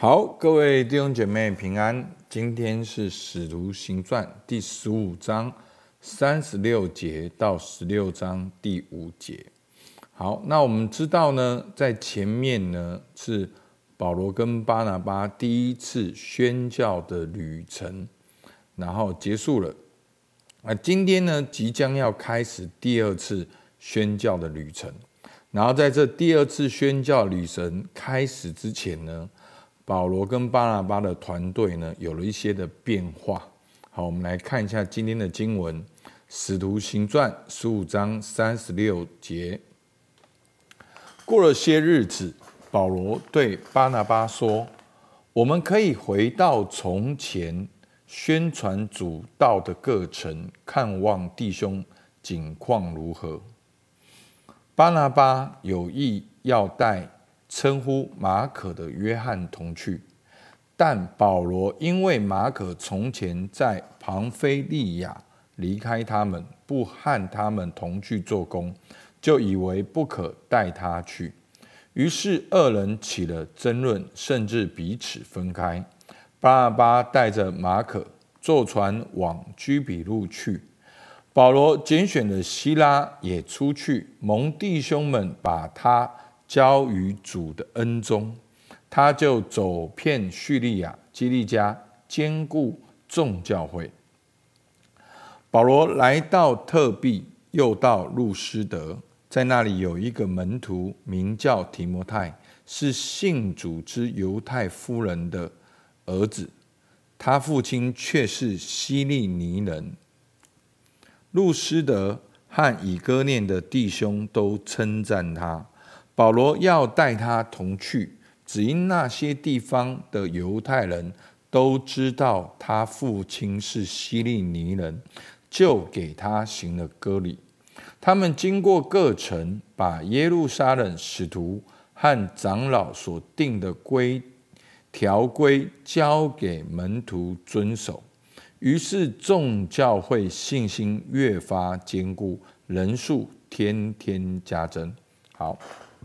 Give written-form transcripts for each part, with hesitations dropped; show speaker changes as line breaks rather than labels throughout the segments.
好，各位弟兄姐妹平安。今天是使徒行传第15章36节到16章第5节。好，那我们知道呢，在前面呢是保罗跟巴拿巴第一次宣教的旅程，然后结束了。今天呢即将要开始第二次宣教的旅程。然后在这第二次宣教旅程开始之前呢，保罗跟巴拿巴的团队呢有了一些的变化。好，我们来看一下今天的经文，使徒行传15章36节。过了些日子，保罗对巴拿巴说：我们可以回到从前宣传主道的各城，看望弟兄景况如何。巴拿巴有意要带称呼马可的约翰同去，但保罗因为马可从前在庞菲利亚离开他们，不和他们同去做工，就以为不可带他去。于是二人起了争论，甚至彼此分开。巴拿巴带着马可坐船往居比路去，保罗拣选的希拉也出去，蒙弟兄们把他交于主的恩中，他就走遍叙利亚、基利家，兼顾众教会。保罗来到特庇，又到路斯德，在那里有一个门徒，名叫提摩太，是信主之犹太夫人的儿子，他父亲却是希利尼人。路斯德和以哥念的弟兄都称赞他。保罗要带他同去，只因那些地方的犹太人都知道他父亲是希利尼人，就给他行了割礼。他们经过各城，把耶路撒冷使徒和长老所定的条规交给门徒遵守。于是众教会信心越发坚固，人数天天加增。好，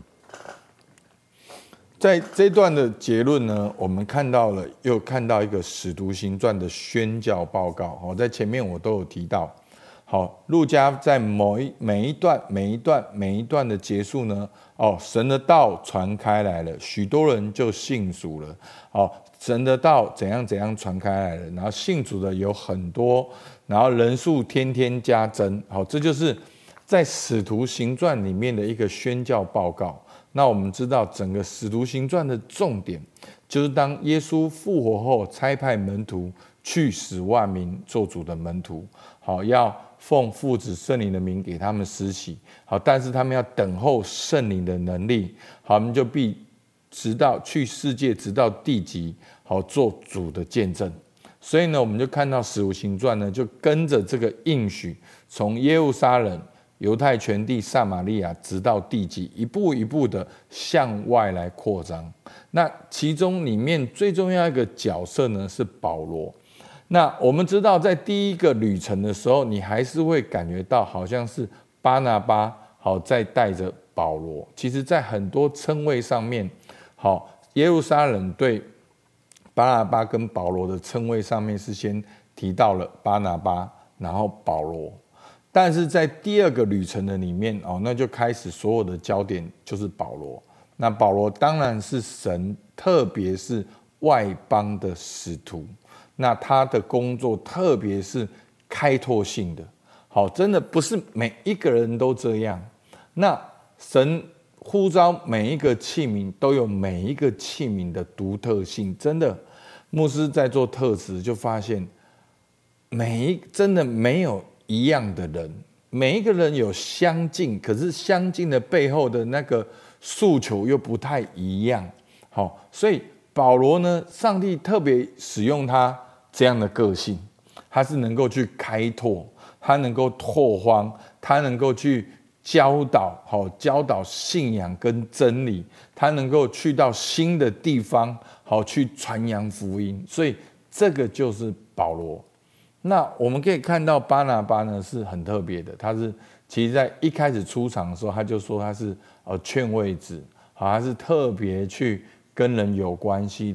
在这段的结论呢，我们又看到一个使徒行传的宣教报告。在前面我都有提到。好，路加在每一段的结束呢，神的道传开来了，许多人就信主了。神的道怎样传开来了，然后信主的有很多，然后人数天天加增。好，这就是在使徒行传里面的一个宣教报告。那我们知道整个使徒行传的重点就是当耶稣复活后，差派门徒去使万民做主的门徒。好，要奉父子圣灵的名给他们施洗。好，但是他们要等候圣灵的能力。好，我们就必直到去世界，直到地极，好做主的见证。所以呢，我们就看到使徒行传呢，就跟着这个应许，从耶路撒冷、犹太全地、撒玛利亚，直到地极，一步一步的向外来扩张。那其中里面最重要一个角色呢，是保罗。那我们知道，在第一个旅程的时候，你还是会感觉到好像是巴拿巴在带着保罗。其实在很多称谓上面，耶路撒冷对巴拿巴跟保罗的称谓上面是先提到了巴拿巴，然后保罗。但是在第二个旅程的里面，那就开始所有的焦点就是保罗。那保罗当然是神，特别是外邦的使徒。那他的工作特别是开拓性的。好，真的不是每一个人都这样。那神呼召每一个器皿都有每一个器皿的独特性。真的，牧师在做特质就发现，真的没有一样的人，每一个人有相近，可是相近的背后的那个诉求又不太一样。好，所以保罗呢，上帝特别使用他这样的个性，他是能够去开拓，他能够拓荒，他能够去教导信仰跟真理，他能够去到新的地方，去传扬福音。所以这个就是保罗。那我们可以看到巴拿巴呢是很特别的，他是其实在一开始出场的时候，他就说他是劝慰子，他是特别去跟人有关系的，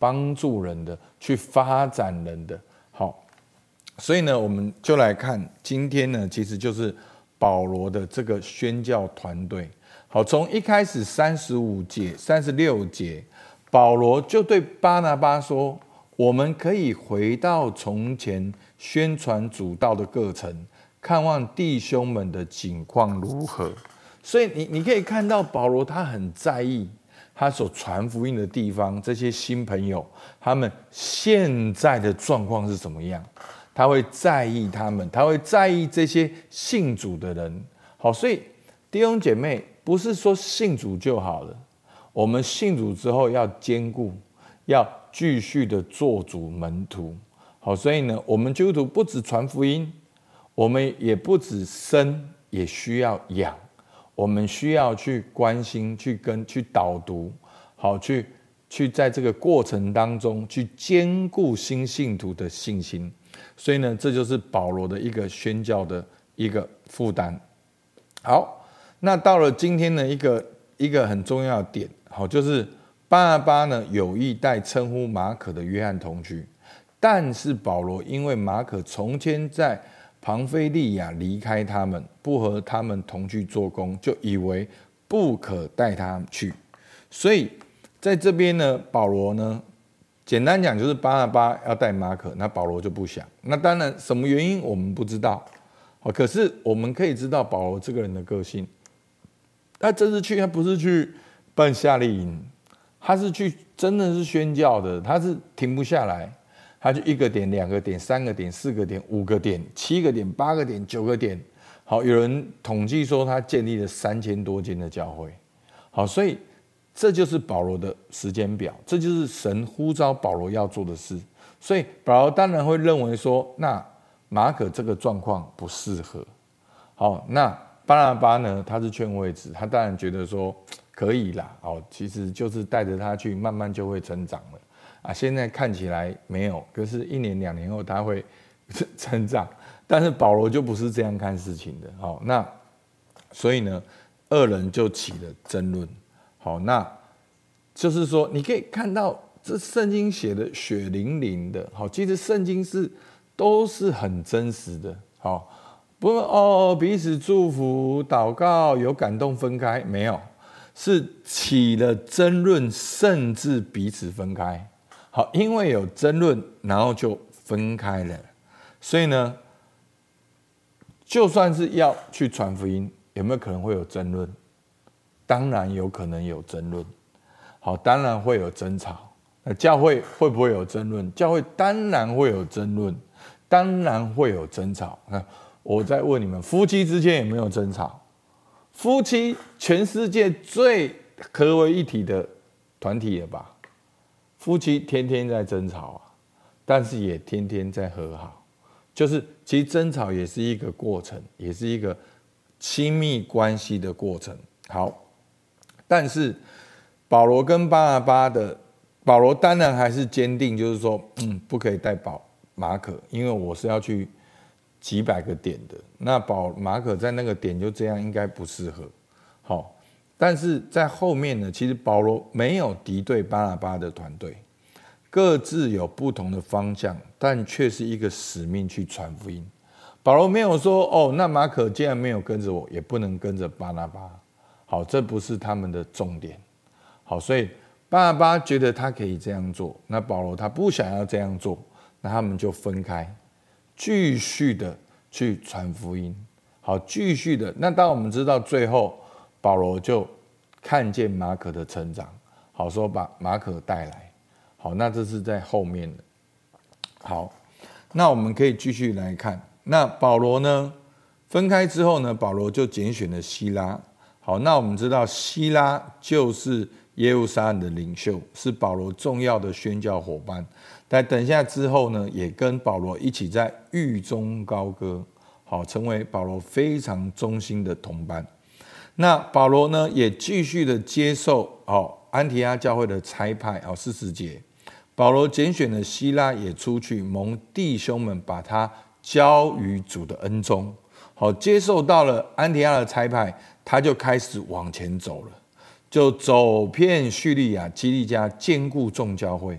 帮助人的，去发展人的。好，所以呢，我们就来看今天呢，其实就是保罗的这个宣教团队。好，从一开始35节、36节，保罗就对巴拿巴说：“我们可以回到从前宣传主道的各城，看望弟兄们的景况如何。”所以你可以看到保罗他很在意他所传福音的地方，这些新朋友他们现在的状况是怎么样，他会在意他们，他会在意这些信主的人。好，所以弟兄姐妹，不是说信主就好了，我们信主之后要兼顾，要继续的做主门徒。好，所以呢，我们基督徒不只传福音，我们也不只生，也需要养。我们需要去关心、去导读，好，去在这个过程当中去兼顾新信徒的信心。所以呢，这就是保罗的一个宣教的一个负担。好，那到了今天呢，一个很重要的点，好，就是巴拿巴呢有意带称呼马可的约翰同去，但是保罗因为马可从前在庞菲利亚离开他们，不和他们同去做工，就以为不可带他去。所以在这边呢，保罗呢，简单讲就是巴拿巴要带马可，那保罗就不想。那当然什么原因我们不知道，可是我们可以知道保罗这个人的个性。他这次去，他不是去办夏令营，他是去真的是宣教的，他是停不下来。他就1个点、2个点、3个点、4个点、5个点、7个点、8个点、9个点。好，有人统计说他建立了3000多间的教会。好，所以这就是保罗的时间表，这就是神呼召保罗要做的事。所以保罗当然会认为说，那马可这个状况不适合。好，那巴拿巴呢，他是劝慰子，他当然觉得说可以啦。好，其实就是带着他去，慢慢就会成长了。现在看起来没有，可是1年2年后他会成长。但是保罗就不是这样看事情的。好，那所以呢，二人就起了争论。好，那就是说，你可以看到这圣经写的血淋淋的。好，其实圣经都是很真实的。好，不是彼此祝福、祷告，有感动分开，没有，是起了争论，甚至彼此分开。好，因为有争论，然后就分开了。所以呢，就算是要去传福音，有没有可能会有争论？当然有可能有争论。好，当然会有争吵。教会会不会有争论？教会当然会有争论，当然会有争吵。我再问你们，夫妻之间有没有争吵？夫妻全世界最合为一体的团体了吧？夫妻天天在争吵但是也天天在和好。就是其实争吵也是一个过程，也是一个亲密关系的过程。好，但是保罗跟巴拿巴的，保罗当然还是坚定，就是说，不可以带马可，因为我是要去几百个点的。那马可在那个点就这样，应该不适合。好。但是在后面呢，其实保罗没有敌对巴拿巴的团队，各自有不同的方向，但却是一个使命去传福音。保罗没有说那马可既然没有跟着我，也不能跟着巴拿巴。好，这不是他们的重点。好，所以巴拿巴觉得他可以这样做，那保罗他不想要这样做，那他们就分开，继续的去传福音。好，继续的。那当我们知道最后，保罗就看见马可的成长，好，说把马可带来。好，那这是在后面的。好，那我们可以继续来看。那保罗呢，分开之后呢，保罗就拣选了希拉。好，那我们知道希拉就是耶路撒冷的领袖，是保罗重要的宣教伙伴。但等一下之后呢，也跟保罗一起在狱中高歌，好，成为保罗非常忠心的同伴。那保罗呢，也继续的接受安提阿教会的差派。40节，保罗拣选了希拉，也出去蒙弟兄们把他交于主的恩中。好，接受到了安提阿的差派，他就开始往前走了，就走遍叙利亚、基利家，兼顾众教会。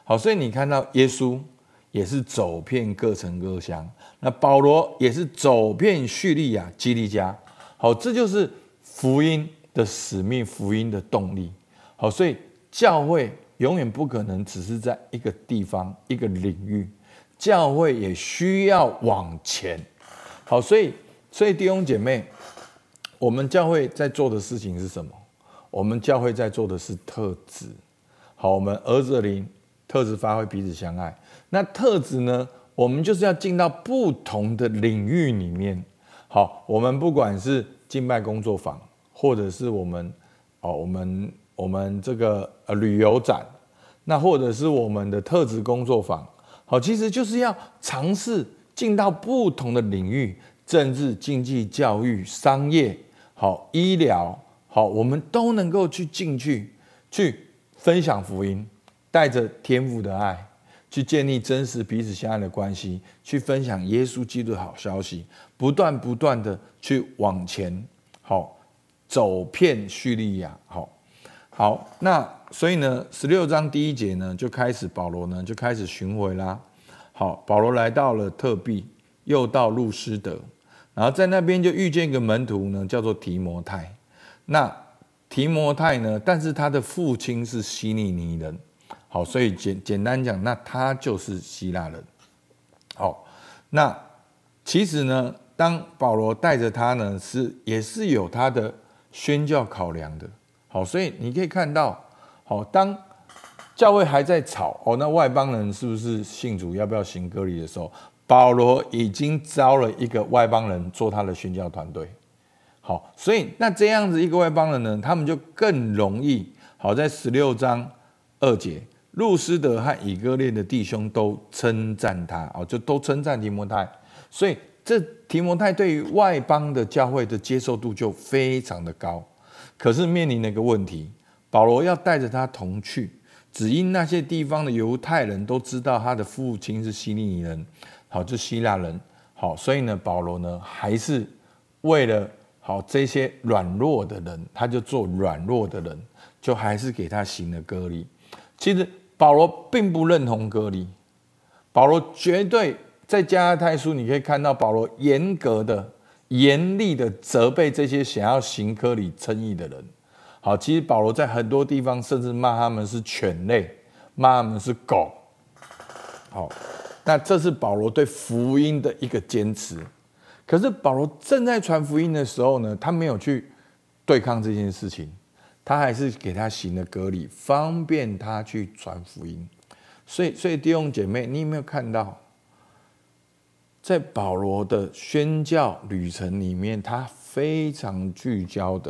好，所以你看到耶稣也是走遍各城各乡，那保罗也是走遍叙利亚、基利家。好，这就是福音的使命，福音的动力。好，所以教会永远不可能只是在一个地方、一个领域，教会也需要往前。好，所以弟兄姐妹，我们教会在做的事情是什么？我们教会在做的是特质。好，我们儿子的灵特质发挥，彼此相爱。那特质呢？我们就是要进到不同的领域里面。好，我们不管是敬拜工作坊，或者是我们这个旅游展，那或者是我们的特质工作坊。好，其实就是要尝试进到不同的领域，政治、经济、教育、商业，好，医疗，好，我们都能够去进去分享福音，带着天父的爱，去建立真实彼此相爱的关系，去分享耶稣基督的好消息，不断的去往前，好，走遍叙利亚。好，那所以呢，16章第1节呢，就开始保罗呢就开始巡回啦。好，保罗来到了特庇，又到路斯德，然后在那边就遇见一个门徒呢，叫做提摩太。那提摩太呢，但是他的父亲是希利尼人。好，所以简单讲，那他就是希腊人。好，那其实呢，当保罗带着他呢，也是有他的宣教考量的。好，所以你可以看到，好，当教会还在吵那外邦人是不是信主，要不要行割礼的时候，保罗已经招了一个外邦人做他的宣教团队。好，所以那这样子一个外邦人呢，他们就更容易。好，在16章2节，路斯德和以哥念的弟兄都称赞他，就都称赞提摩太，所以这提摩太对于外邦的教会的接受度就非常的高。可是面临了一个问题，保罗要带着他同去，只因那些地方的犹太人都知道他的父亲是希利尼人，好，就希腊人。好，所以呢，保罗呢还是为了好这些软弱的人，他就做软弱的人，就还是给他行了割礼。其实保罗并不认同割礼，保罗绝对在加拉太书你可以看到保罗严厉的责备这些想要行割礼称义的人。好，其实保罗在很多地方甚至骂他们是犬类，骂他们是狗。好，那这是保罗对福音的一个坚持。可是保罗正在传福音的时候呢，他没有去对抗这件事情，他还是给他行了割礼，方便他去传福音。所以弟兄姐妹，你有没有看到，在保罗的宣教旅程里面，他非常聚焦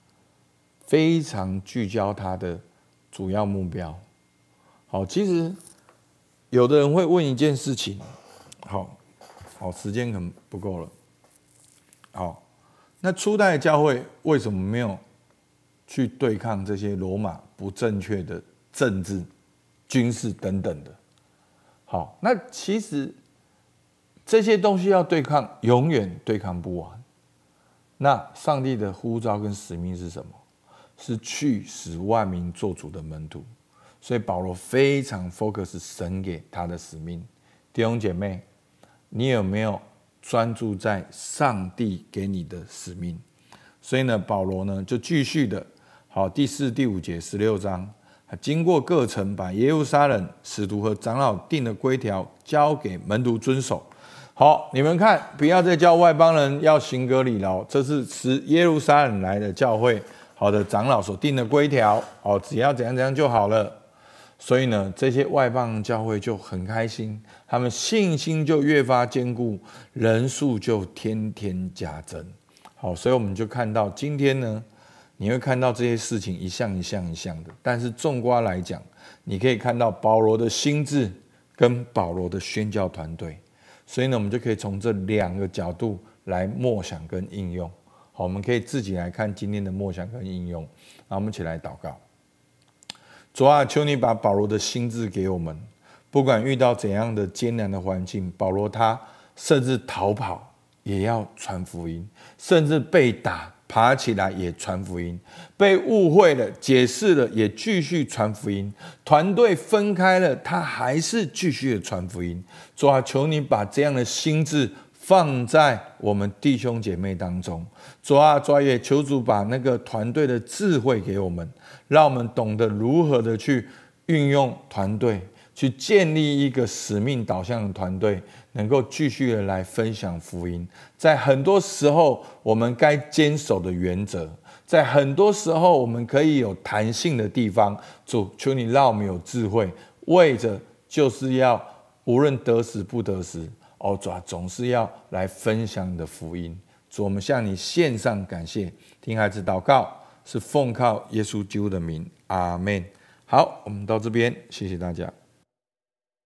他的主要目标。好，其实有的人会问一件事情，好，时间可能不够了。好，那初代的教会为什么没有去对抗这些罗马不正确的政治、军事等等的？好，那其实这些东西要对抗，永远对抗不完。那上帝的呼召跟使命是什么？是去使万民做主的门徒。所以保罗非常 focus 神给他的使命。弟兄姐妹，你有没有专注在上帝给你的使命？所以呢，保罗呢就继续的，好，第4、第5节16章，经过各城，把耶路撒冷使徒和长老定的规条交给门徒遵守。好，你们看，不要再叫外邦人要行割礼了，这是耶路撒冷来的教会好的长老所定的规条，只要怎样就好了。所以呢，这些外邦教会就很开心，他们信心就越发坚固，人数就天天加增。好，所以我们就看到今天呢，你会看到这些事情一项一项的，但是纵观来讲，你可以看到保罗的心志跟保罗的宣教团队。所以呢，我们就可以从这2个角度来默想跟应用。好，我们可以自己来看今天的默想跟应用。那我们一起来祷告。主啊，求你把保罗的心志给我们，不管遇到怎样的艰难的环境，保罗他甚至逃跑也要传福音，甚至被打爬起来也传福音，被误会了解释了也继续传福音，团队分开了他还是继续的传福音。主啊，求你把这样的心志放在我们弟兄姐妹当中。主啊，也求主把那个团队的智慧给我们，让我们懂得如何的去运用团队，去建立一个使命导向的团队，能够继续的来分享福音。在很多时候我们该坚守的原则，在很多时候我们可以有弹性的地方。主，求你让我们有智慧，为着就是要无论得时不得时，主啊，总是要来分享你的福音。主，我们向你献上感谢，听孩子祷告是奉靠耶稣基督的名，阿们。好，我们到这边，谢谢大家。